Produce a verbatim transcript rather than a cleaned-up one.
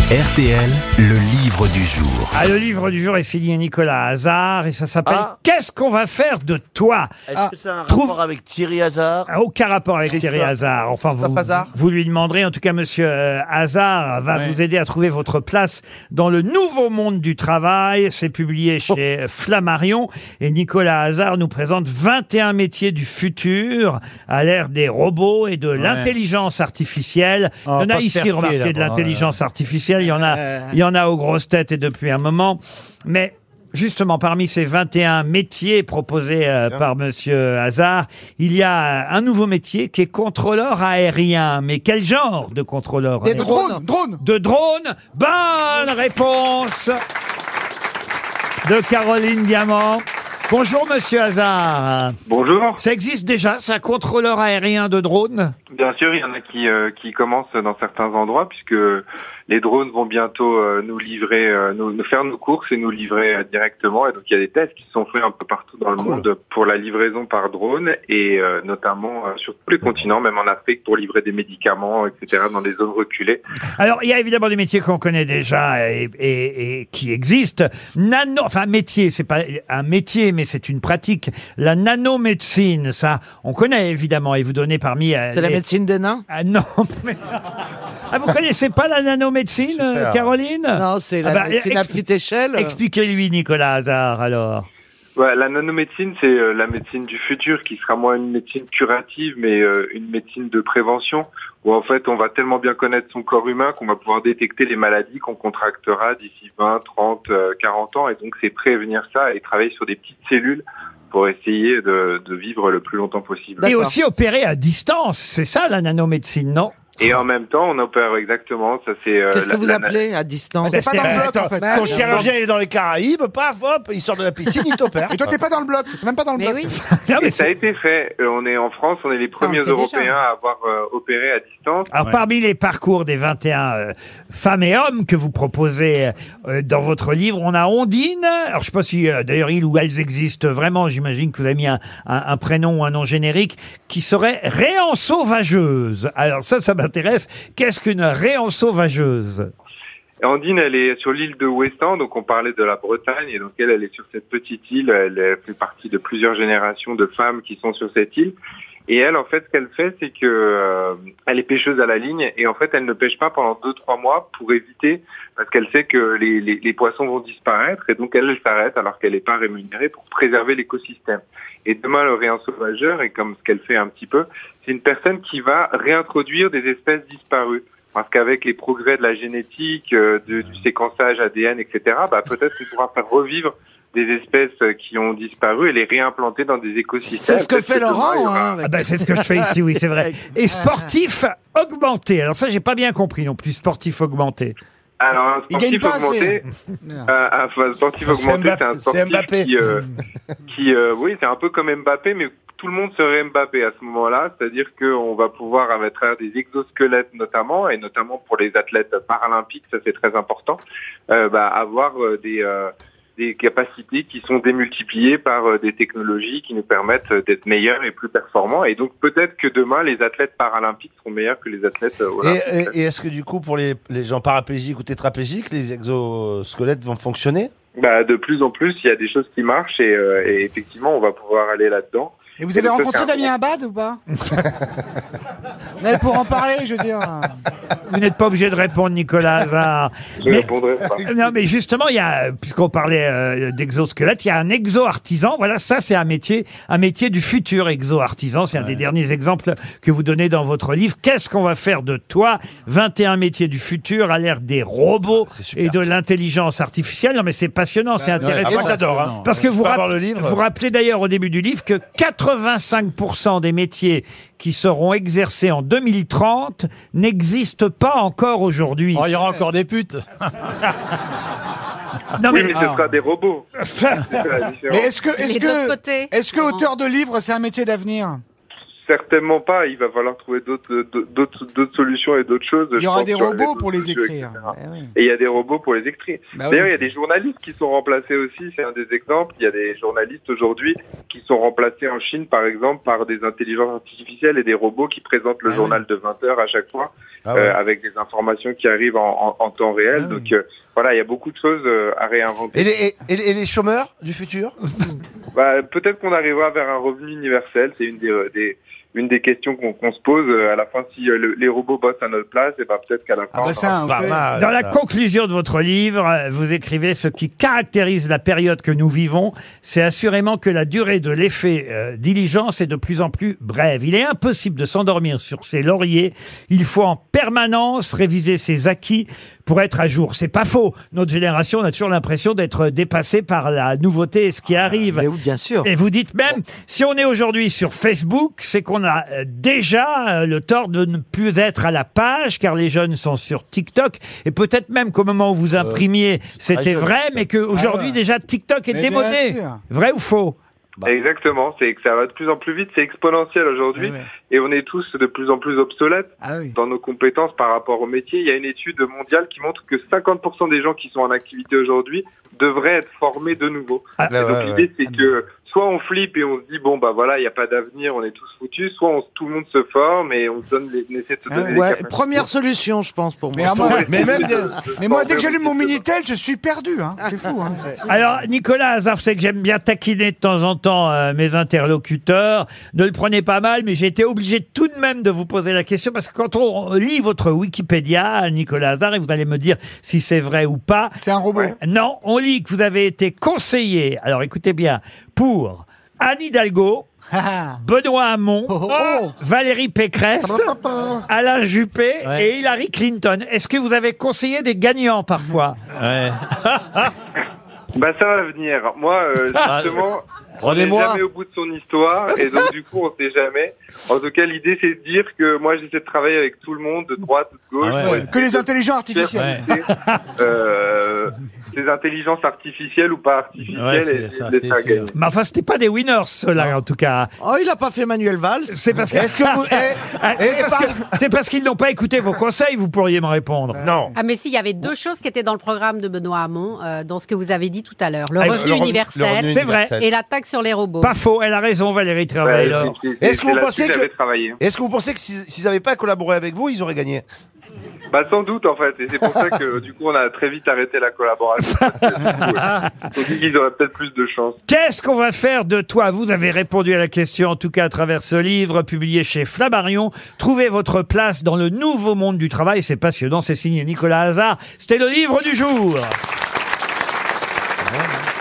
R T L, le livre du jour. Ah, le livre du jour est signé Nicolas Hazard et ça s'appelle Ah. Qu'est-ce qu'on va faire de toi? Est-ce Ah, que ça a un trouve- rapport avec Thierry Hazard? Ah, aucun rapport avec Christophe- Thierry Hazard. Enfin, vous, Christophe Hazard vous lui demanderez. En tout cas, Monsieur euh, Hazard va vous aider à trouver votre place dans le nouveau monde du travail. C'est publié chez Flammarion. Et Nicolas Hazard nous présente vingt et un métiers du futur à l'ère des robots et de l'intelligence artificielle. Oh, il y en a pas ici, faire chier, remarquez, là, de bon, l'intelligence artificielle. Il y en a, il y en a aux grosses têtes et depuis un moment. Mais justement, parmi ces vingt et un métiers proposés euh, par Monsieur Hazard, il y a un nouveau métier qui est contrôleur aérien. Mais quel genre de contrôleur Des aérien? drones, drones. De drone. Bonne réponse de Caroline Diamant. Bonjour Monsieur Hazard. Bonjour. Ça existe déjà, ça, contrôleur aérien de drone? Bien sûr, il y en a qui euh, qui commencent dans certains endroits puisque les drones vont bientôt euh, nous livrer, euh, nous, nous faire nos courses et nous livrer euh, directement. Et donc il y a des tests qui sont faits un peu partout dans le monde pour la livraison par drone et euh, notamment euh, sur tous les continents, même en Afrique, pour livrer des médicaments, et cetera, dans des zones reculées. Alors, il y a évidemment des métiers qu'on connaît déjà et, et, et qui existent. Nano, enfin, métier, c'est pas un métier, mais c'est une pratique. La nanomédecine, ça, on connaît évidemment. Et vous donnez parmi. euh, C'est la les- médecine des nains? Ah non, mais... Ah, vous connaissez pas la nanomédecine, Super. euh, Caroline? Non, c'est la Ah bah, médecine à expli- petite échelle. Expliquez-lui, Nicolas Hazard, alors. Ouais, la nanomédecine, c'est euh, la médecine du futur qui sera moins une médecine curative, mais euh, une médecine de prévention, où en fait on va tellement bien connaître son corps humain qu'on va pouvoir détecter les maladies qu'on contractera d'ici vingt, trente, euh, quarante ans, et donc c'est prévenir ça et travailler sur des petites cellules pour essayer de, de vivre le plus longtemps possible. Et aussi opérer à distance, c'est ça la nanomédecine, non? Et en même temps, on opère exactement, ça c'est... euh, Qu'est-ce la- que vous la- appelez à distance? T'es pas dans le bloc, en fait. Bah, Ton non. chirurgien, il est dans les Caraïbes, paf, hop, il sort de la piscine, il t'opère. Et toi, t'es pas dans le bloc. T'es même pas dans le Mais bloc. oui, Non, mais Et ça a c'est- été fait. Euh, on est en France, on est les Ça, on le premiers fait Européens déjà. à avoir euh, opéré à distance. Alors, parmi les parcours des vingt et un euh, femmes et hommes que vous proposez euh, dans votre livre, on a Ondine. Alors, je sais pas si, euh, d'ailleurs, il ou elles existent vraiment. J'imagine que vous avez mis un, un- un prénom ou un nom générique qui serait réensauvageuse. Alors, ça, ça m'intéresse. Qu'est-ce qu'une réensauvageuse? Et Andine, elle est sur l'île de Ouessant, donc on parlait de la Bretagne, et donc elle, elle est sur cette petite île, elle est- fait partie de plusieurs générations de femmes qui sont sur cette île. Et elle, en fait, ce qu'elle fait, c'est que euh, elle est pêcheuse à la ligne, et en fait, elle ne pêche pas pendant deux, trois mois pour éviter, parce qu'elle sait que les, les, les poissons vont disparaître, et donc elle, elle s'arrête alors qu'elle n'est pas rémunérée pour préserver l'écosystème. Et demain, le réensauvageur, et comme ce qu'elle fait un petit peu, c'est une personne qui va réintroduire des espèces disparues. Parce qu'avec les progrès de la génétique, euh, de- du séquençage A D N, et cetera, bah, peut-être qu'on pourra faire revivre des espèces euh, qui ont disparu et les réimplanter dans des écosystèmes. C'est ce que Peut-être fait demain, Laurent. il y aura- hein, avec- Ah ben, c'est ce que je fais ici, oui, c'est vrai. Et sportif augmenté. Alors ça, j'ai pas bien compris non plus, sportif augmenté. Alors, un Il gagne sportif pas assez. augmenté, euh, un sportif C'est augmenté, Mbappé- c'est un c'est sportif Mbappé. qui, euh, qui euh, oui, c'est un peu comme Mbappé, mais tout le monde serait Mbappé à ce moment-là, c'est-à-dire qu'on va pouvoir, à travers des exosquelettes notamment, et notamment pour les athlètes paralympiques, ça c'est très important, euh, bah, avoir euh, des euh, des capacités qui sont démultipliées par euh, des technologies qui nous permettent euh, d'être meilleurs et plus performants. Et donc peut-être que demain, les athlètes paralympiques seront meilleurs que les athlètes euh, olympiques. Et, et- et est-ce que du coup, pour les, les gens paraplégiques ou tétraplégiques, les exosquelettes vont fonctionner? Bah, de plus en plus, il y a des choses qui marchent et, euh, et effectivement, on va pouvoir aller là-dedans. Et vous avez Et donc, rencontré c'est un- Damien Abad ou pas? Mais pour en parler, je veux dire. Vous n'êtes pas obligé de répondre, Nicolas Hazard. Je Mais- répondrai pas. Non, mais justement, il y a, puisqu'on parlait euh, d'exosquelette, il y a un exo-artisan. Voilà, ça, c'est un métier, un métier du futur exo-artisan. C'est un des derniers exemples que vous donnez dans votre livre. Qu'est-ce qu'on va faire de toi? vingt et un métiers du futur à l'ère des robots C'est super. et de l'intelligence artificielle. Non, mais c'est passionnant, c'est Ah, intéressant. moi j'adore. Hein. Parce que vous, Faut rap- avoir le livre. vous rappelez d'ailleurs au début du livre que quatre-vingt-cinq pour cent des métiers qui seront exercés en deux mille trente n'existent pas encore aujourd'hui. Oh, il y aura encore des putes. Non, Oui, mais, mais ce sera des robots. C'est ça la différence. Mais est-ce que, est-ce Mais de l'autre que, côté, est-ce que Laurent. auteur de livre, c'est un métier d'avenir? certainement pas. Il va falloir trouver d'autres, d'autres, d'autres solutions et d'autres choses. Il y Je aura pense des sur robots les pour les sociaux, écrire. et cetera. Eh oui. Et il y a des robots pour les écrire. Bah D'ailleurs, oui. il y a des journalistes qui sont remplacés aussi. C'est un des exemples. Il y a des journalistes aujourd'hui qui sont remplacés en Chine, par exemple, par des intelligences artificielles et des robots qui présentent le Ah journal oui. de vingt heures à chaque fois, Ah ouais. euh, avec des informations qui arrivent en, en, en temps réel. Ah oui. Donc, euh, voilà, il y a beaucoup de choses euh, à réinventer. Et les, et, et les- et les chômeurs du futur? Bah, peut-être qu'on arrivera vers un revenu universel. C'est une des, euh, des une des questions qu'on qu'on se pose euh, à la fin. Si euh, le- les robots bossent à notre place, et bah peut-être qu'à la fin. Ah bah on ça, aura- on Pas fait- mal. Dans la ça. conclusion de votre livre, euh, vous écrivez ce qui caractérise la période que nous vivons, c'est assurément que la durée de l'effet euh, diligence est de plus en plus brève. Il est impossible de s'endormir sur ses lauriers. Il faut en permanence réviser ses acquis pour être à jour. C'est pas faux. Notre génération a toujours l'impression d'être dépassée par la nouveauté et ce qui arrive. Mais oui, bien sûr. Et vous dites même, si on est aujourd'hui sur Facebook, c'est qu'on a euh, déjà euh, le tort de ne plus être à la page, car les jeunes sont sur TikTok. Et peut-être même qu'au moment où vous imprimiez, c'était jeune, vrai, mais qu'aujourd'hui Ah ouais. déjà TikTok est Mais bien démodé. sûr. Vrai ou faux? Bah. Exactement. C'est que ça va de plus en plus vite. C'est exponentiel aujourd'hui. Ah ouais. Et on est tous de plus en plus obsolètes Ah oui. dans nos compétences par rapport au métier. Il y a une étude mondiale qui montre que cinquante pour cent des gens qui sont en activité aujourd'hui devraient être formés de nouveau. Ah, Et donc ouais, l'idée, ouais. c'est que soit on flippe et on se dit, bon, bah voilà, il n'y a pas d'avenir, on est tous foutus, soit on, tout le monde se forme et on, se donne les, on essaie de se Ah donner les Ouais, capacités. première solution, je pense, pour moi. Mais, à moi, Mais même de- mais moi, dès que j'allume mon Minitel, je suis perdu. Hein. C'est fou. Hein. Alors, Nicolas Hazard, vous savez que j'aime bien taquiner de temps en temps euh, mes interlocuteurs. Ne le prenez pas mal, mais j'ai été obligé tout de même de vous poser la question parce que quand on lit votre Wikipédia, Nicolas Hazard, et vous allez me dire si c'est vrai ou pas. C'est un robot. Ouais. Non, on lit que vous avez été conseiller, alors écoutez bien, pour Anne Hidalgo, Ah, Benoît Hamon, oh, oh. Valérie Pécresse, Alain Juppé Ouais. et Hillary Clinton. Est-ce que vous avez conseillé des gagnants parfois? Bah ça va venir. Moi, euh, justement, on n'est Prenez-moi. jamais au bout de son histoire et donc du coup, on sait jamais. En tout cas, l'idée, c'est de dire que moi, j'essaie de travailler avec tout le monde, de droite, de gauche. Ah ouais, pour ouais. essayer Que les de intelligences artificielles. Ouais. euh, ces intelligences artificielles ou pas artificielles Ouais, c'est et ça, de les c'est faire sûr. gagner. Mais enfin, c'était pas des winners, ceux-là, en tout cas. Oh, il a pas fait Manuel Valls. C'est parce que... Est-ce que vous. eh, Ah, eh, c'est parce par- que- c'est parce qu'ils n'ont pas écouté vos conseils, vous pourriez me répondre. Non. Ah mais si, il y avait deux choses qui étaient dans le programme de Benoît Hamon, euh, dans ce que vous avez dit tout à l'heure. Le Ah, revenu le revenu- universel le revenu C'est vrai. universel. et la taxe sur les robots. Pas faux, elle a raison, Valérie Ouais, Trierweiler. c'est- c'est- Est-ce que c'est vous là-dessus pensez j'avais que- travaillé. Est-ce que vous pensez que si- s'ils n'avaient pas collaboré avec vous, ils auraient gagné? Bah sans doute en fait, et c'est pour ça que du coup on a très vite arrêté la collaboration. Parce que, du coup, euh, on dit qu'ils auraient peut-être plus de chance. Qu'est-ce qu'on va faire de toi? Vous avez répondu à la question, en tout cas à travers ce livre publié chez Flammarion. Trouvez votre place dans le nouveau monde du travail. C'est passionnant, c'est signé Nicolas Hazard. C'était le livre du jour.